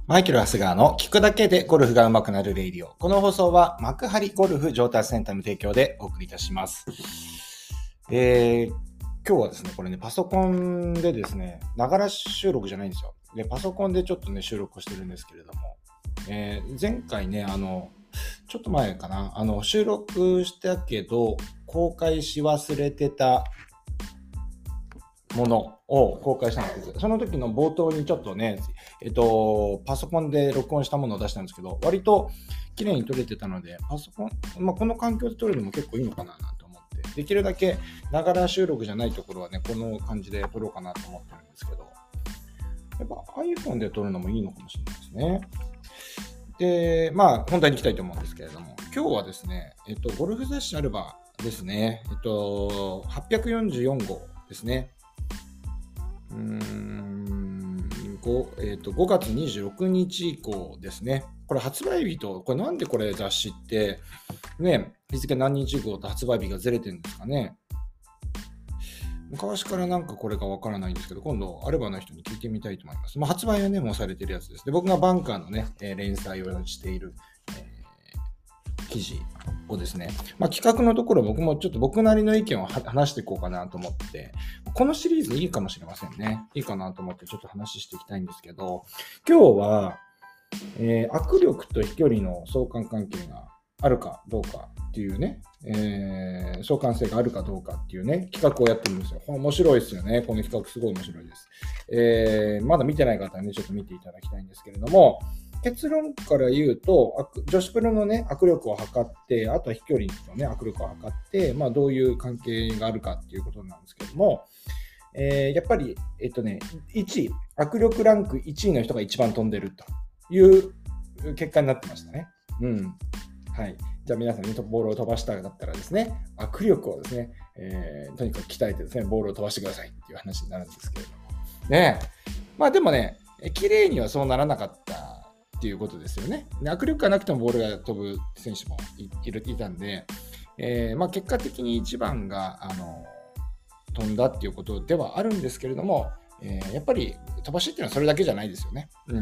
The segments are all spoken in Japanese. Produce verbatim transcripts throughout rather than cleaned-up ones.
マイケル・ハスガーの聞くだけでゴルフが上手くなるレイディオ。この放送は幕張ゴルフ上達センターの提供でお送りいたします。えー、今日はですね、これね、パソコンでですね、ながら収録じゃないんですよ。で、パソコンでちょっとね、収録をしてるんですけれども、えー、前回ね、あの、ちょっと前かな、あの、収録したけど、公開し忘れてたものを公開したんですけど、その時の冒頭にちょっとね、えっと、パソコンで録音したものを出したんですけど、割と綺麗に撮れてたので、パソコン、まあ、この環境で撮るのも結構いいのかなと思って、できるだけながら収録じゃないところはね、この感じで撮ろうかなと思ってるんですけど、やっぱ iPhone で撮るのもいいのかもしれないですね。で、まあ、本題に行きたいと思うんですけれども、今日はですね、えっと、ゴルフ雑誌アルバですね、えっと、はっぴゃくよんじゅうよんごうですね。うーん 5, えー、とごがつにじゅうろくにち以降ですね。これ発売日と、これなんでこれ雑誌って、ね、日付何日以降と発売日がずれてるんですかね。昔からなんかこれがわからないんですけど、今度アルバの人に聞いてみたいと思います。まあ、発売はね、もうされてるやつです。で、僕がバンカーのね、えー、連載をしている、えー記事をですね、まあ、企画のところ僕もちょっと僕なりの意見を話していこうかなと思って、このシリーズいいかもしれませんね。いいかなと思ってちょっと話していきたいんですけど、今日は、えー、握力と飛距離の相関関係があるかどうかっていうね、えー、相関性があるかどうかっていうね、企画をやってるんですよ。面白いですよね。この企画すごい面白いです。えー、まだ見てない方はね、ちょっと見ていただきたいんですけれども、結論から言うと、女子プロのね、握力を測って、あとは飛距離のね、握力を測って、まあ、どういう関係があるかっていうことなんですけども、えー、やっぱり、えっとね、いちい、握力ランクいちいの人が一番飛んでるという結果になってましたね。うん。はい。じゃあ皆さんにボールを飛ばしたかったらですね、握力をですね、えー、とにかく鍛えてですね、ボールを飛ばしてくださいっていう話になるんですけれども。ねえ。まあでもね、綺麗にはそうならなかったっていうことですよね。握力がなくてもボールが飛ぶ選手も い, い, るいたんで、えーまあ、結果的にいちばんがあの飛んだっていうことではあるんですけれども、えー、やっぱり飛ばしっていうのはそれだけじゃないですよね。うん。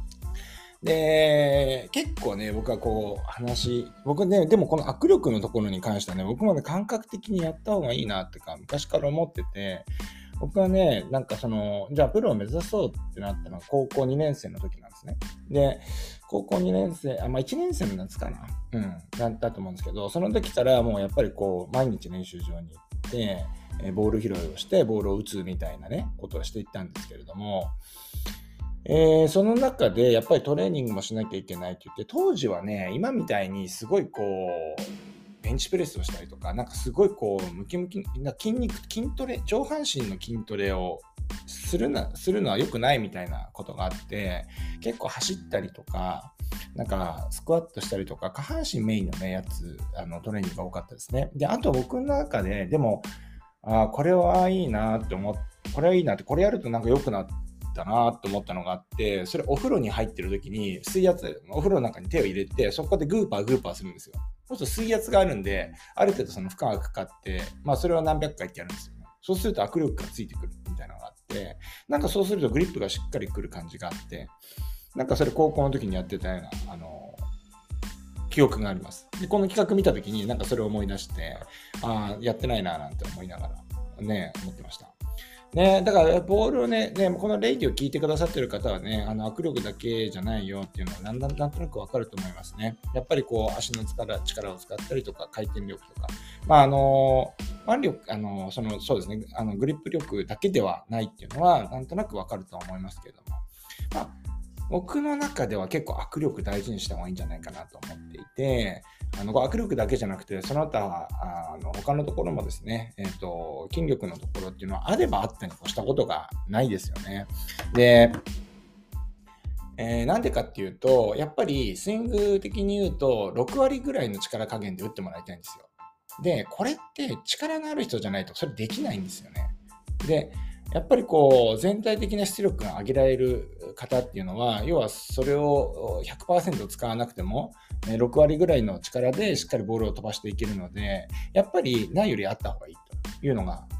で、結構ね、僕はこう話、僕ね、でもこの握力のところに関してはね、僕もね、感覚的にやった方がいいなってか、昔から思ってて、僕はね、なんかその、じゃあプロを目指そうってなったのは高校にねん生の時なんですね。で、高校にねん生、あ、まあいちねん生の夏かな。うん、だったと思うんですけど、その時からもうやっぱりこう、毎日練習場に行って、ボール拾いをして、ボールを打つみたいなね、ことをしていったんですけれども、えー、その中でやっぱりトレーニングもしなきゃいけないって言って、当時はね、今みたいにすごいこう、ベンチプレスをしたりとか、なんかすごいこう、ムキムキ、な筋肉、筋トレ、上半身の筋トレをするな、するのは良くないみたいなことがあって、結構走ったりとか、なんかスクワットしたりとか、下半身メインのね、やつ、あのトレーニングが多かったですね。で、あと僕の中で、でも、あこれはいいなって思って、これはいいなって、これやるとなんか良くなって、だなと思ったのがあって、それお風呂に入ってる時に水圧、お風呂の中に手を入れて、そこでグーパーグーパーするんですよ。そうすると水圧があるんで、ある程度その負荷がかかって、まあそれを何百回ってやるんですよね。そうすると握力がついてくるみたいなのがあって、なんかそうするとグリップがしっかりくる感じがあって、なんかそれ高校の時にやってたような、あの、記憶があります。で、この企画見た時になんかそれを思い出して、ああ、やってないななんて思いながらね、思ってました。ね、だからボールをね、ねこのレイディを聞いてくださってる方はね、あの握力だけじゃないよっていうのはなんなんなんとなくわかると思いますね。やっぱりこう足の力力を使ったりとか回転力とか、まああの腕力あのそのそうですねあのグリップ力だけではないっていうのはなんとなくわかると思いますけれども、まあ僕の中では結構握力大事にした方がいいんじゃないかなと思っていて、あの握力だけじゃなくて、その他あの他のところもですね、えーと、筋力のところっていうのはあればあったに越したことがないですよね。で、えー、なんでかっていうと、やっぱりスイング的に言うとろくわりぐらいの力加減で打ってもらいたいんですよ。で、これって力のある人じゃないとそれできないんですよね。で、やっぱりこう全体的な出力が上げられる方っていうのは、要はそれを ひゃくパーセント 使わなくてもろくわりぐらいの力でしっかりボールを飛ばしていけるので、やっぱりないよりあった方がいいというのが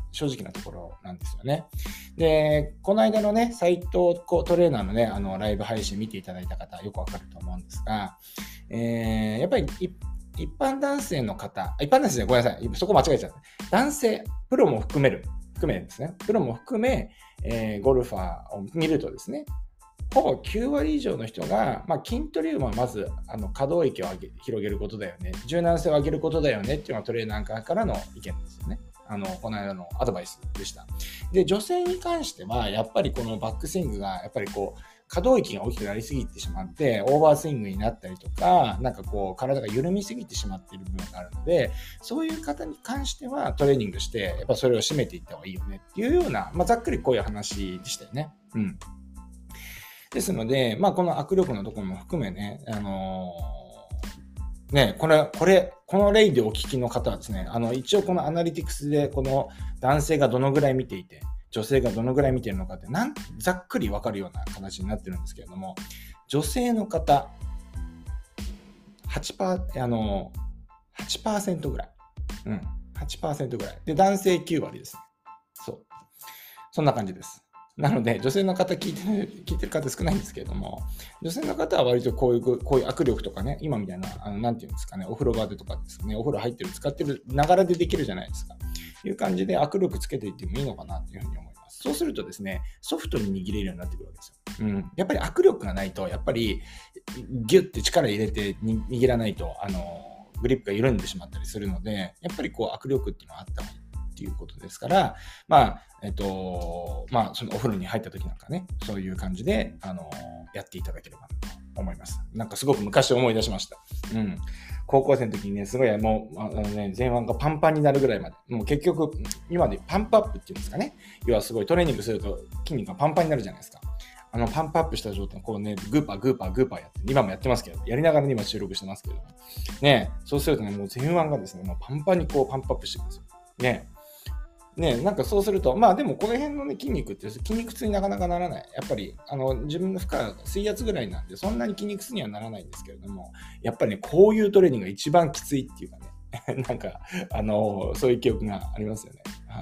正直なところなんですよね。で、この間のね、斉藤トレーナーのね、あの、ライブ配信見ていただいた方、よくわかると思うんですが、えー、やっぱり一般男性の方、一般男性ごめんなさい、そこ間違えちゃった。男性、プロも含める、含めですね、プロも含め、えー、ゴルファーを見るとですね、ほぼきゅうわり以上の人が、まあ、筋トレはまずあの可動域を上げ広げることだよね、柔軟性を上げることだよねっていうのはトレーナーからの意見ですよね。あのこの間のアドバイスでした。で、女性に関してはやっぱりこのバックスイングがやっぱりこう可動域が大きくなりすぎてしまってオーバースイングになったりとか、なんかこう体が緩みすぎてしまっている部分があるので、そういう方に関してはトレーニングしてやっぱそれを締めていった方がいいよねっていうような、まあ、ざっくりこういう話でしたよね。うんですので、まあ、この握力のところも含めね、あのー、ね、これ、これ、この例でお聞きの方はですね、あの、一応このアナリティクスで、この男性がどのぐらい見ていて、女性がどのぐらい見ているのかって、なんざっくりわかるような形になってるんですけれども、女性の方、はちパーセント、あのー、はちパーセントぐらい。うん、はちパーセントぐらい。で、男性きゅうわりですね。そう。そんな感じです。なので、女性の方聞いてる、聞いてる方少ないんですけれども、女性の方は割とこういう、こういう握力とかね、今みたいな、あの、なんていうんですかね、お風呂場でとかですね、お風呂入ってる、使ってる、ながらでできるじゃないですか。いう感じで握力つけていってもいいのかなというふうに思います。そうするとですね、ソフトに握れるようになってくるわけですよ。うん。やっぱり握力がないと、やっぱり、ギュッて力入れてに握らないと、あの、グリップが緩んでしまったりするので、やっぱりこう握力っていうのはあった方がいい。っていうことですから、まあ、えっと、まあ、そのお風呂に入った時なんかね、そういう感じで、あの、やっていただければと思います。なんかすごく昔思い出しました。うん。高校生の時にね、すごいもう、あのね、前腕がパンパンになるぐらいまで、もう結局、今でパンプアップっていうんですかね。要はすごいトレーニングすると筋肉がパンパンになるじゃないですか。あの、パンプアップした状態、こうね、グーパー、グーパー、グーパーやって、今もやってますけど、やりながら今収録してますけど、ね、そうするとね、もう前腕がですね、もうパンパンにこうパンプアップしてるんですよ。ね。ね、なんかそうすると、まあでもこの辺のね、筋肉って筋肉痛になかなかならない。やっぱり、あの、自分の負荷、水圧ぐらいなんで、そんなに筋肉痛にはならないんですけれども、やっぱりね、こういうトレーニングが一番きついっていうかね、なんか、あの、そういう記憶がありますよね。はい。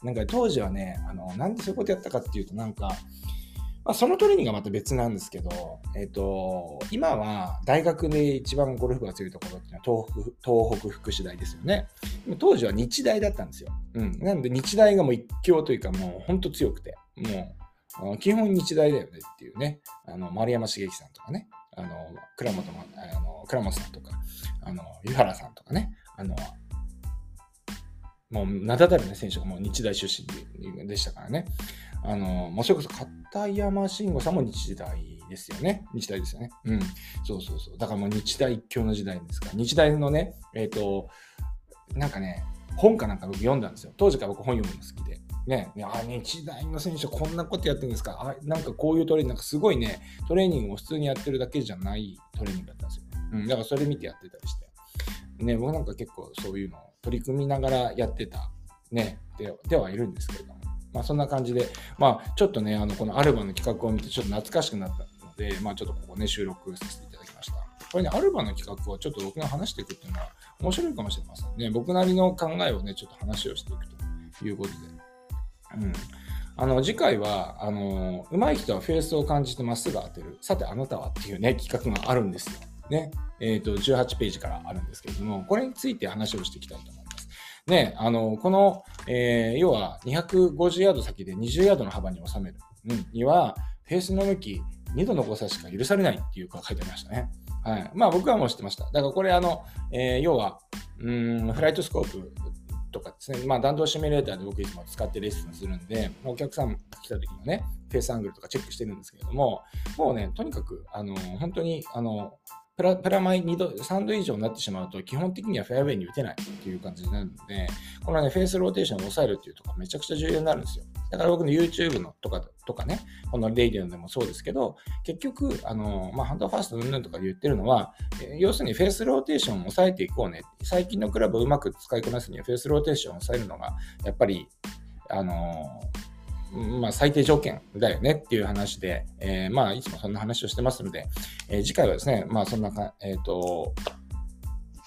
なんか当時はね、あの、なんでそういうことやったかっていうと、なんか、まあ、そのトレーニングがまた別なんですけど、えっと、今は大学で一番ゴルフが強いところっていうのは東北、東北福祉大ですよね。当時は日大だったんですよ。うん。なんで日大がもう一強というかもうほんと強くて、もう基本日大だよねっていうね。あの、丸山茂樹さんとかね。あの、倉本も、あの、倉本さんとか、あの、湯原さんとかね。あの、もう名だたるね、選手がもう日大出身でしたからね。あの、もうそれこそ片山慎吾さんも日大ですよね。日大ですよね。うん。そうそうそう。だからもう日大一強の時代ですから。日大のね、えっと、なんかね、本かなんか僕読んだんですよ。当時から僕本読むの好きで。ね、あ、日大の選手こんなことやってるんですか。あ、なんかこういうトレーニング、なんかすごいね、トレーニングを普通にやってるだけじゃないトレーニングだったんですよね。うん。だからそれ見てやってたりして。ね、僕なんか結構そういうのを取り組みながらやってた、ね、で、ではいるんですけれども。まあそんな感じで、まあちょっとね、あの、このアルバの企画を見てちょっと懐かしくなったので、まあちょっとここね、収録させていただきました。これね、アルバの企画をちょっと僕が話していくっていうのは面白いかもしれませんね。僕なりの考えをね、ちょっと話をしていくということで。うん。あの、次回は、あの、上手い人はフェースを感じてまっすぐ当てる。さて、あなたはっていうね、企画があるんですよ。ね。えっと、じゅうはちページからあるんですけれども、これについて話をしていきたいと思います。ね、あの、この、えー、要はにひゃくごじゅうヤード先でにじゅうヤードの幅に収める、うん、には、フェースの向きにどの誤差しか許されないっていうか書いてありましたね。はい。まあ僕はもう知ってました。だからこれあの、えー、要は、うーん、フライトスコープとかですね、まあ弾道シミュレーターで僕いつも使ってレッスンするんで、お客さん来た時のね、フェースアングルとかチェックしてるんですけれども、もうね、とにかく、あの、本当に、あの、プラ、プラマイにど、さんど以上になってしまうと、基本的にはフェアウェイに打てないっていう感じになるので、このね、フェースローテーションを抑えるっていうところがめちゃくちゃ重要になるんですよ。だから僕の YouTube のとか、とかね、このレイディオンでもそうですけど、結局、あの、まあ、ハンドファーストうんぬんとかで言ってるのは、えー、要するにフェースローテーションを抑えていこうね。最近のクラブをうまく使いこなすには、フェースローテーションを抑えるのが、やっぱり、あのー、まあ、最低条件だよねっていう話で、えー、まあ、いつもそんな話をしてますので、えー、次回はですね、まあ、そんなか、えっと、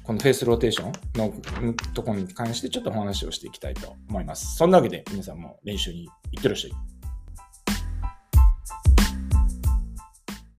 このフェースローテーションのところに関してちょっとお話をしていきたいと思います。そんなわけで皆さんも練習に行ってらっしゃい。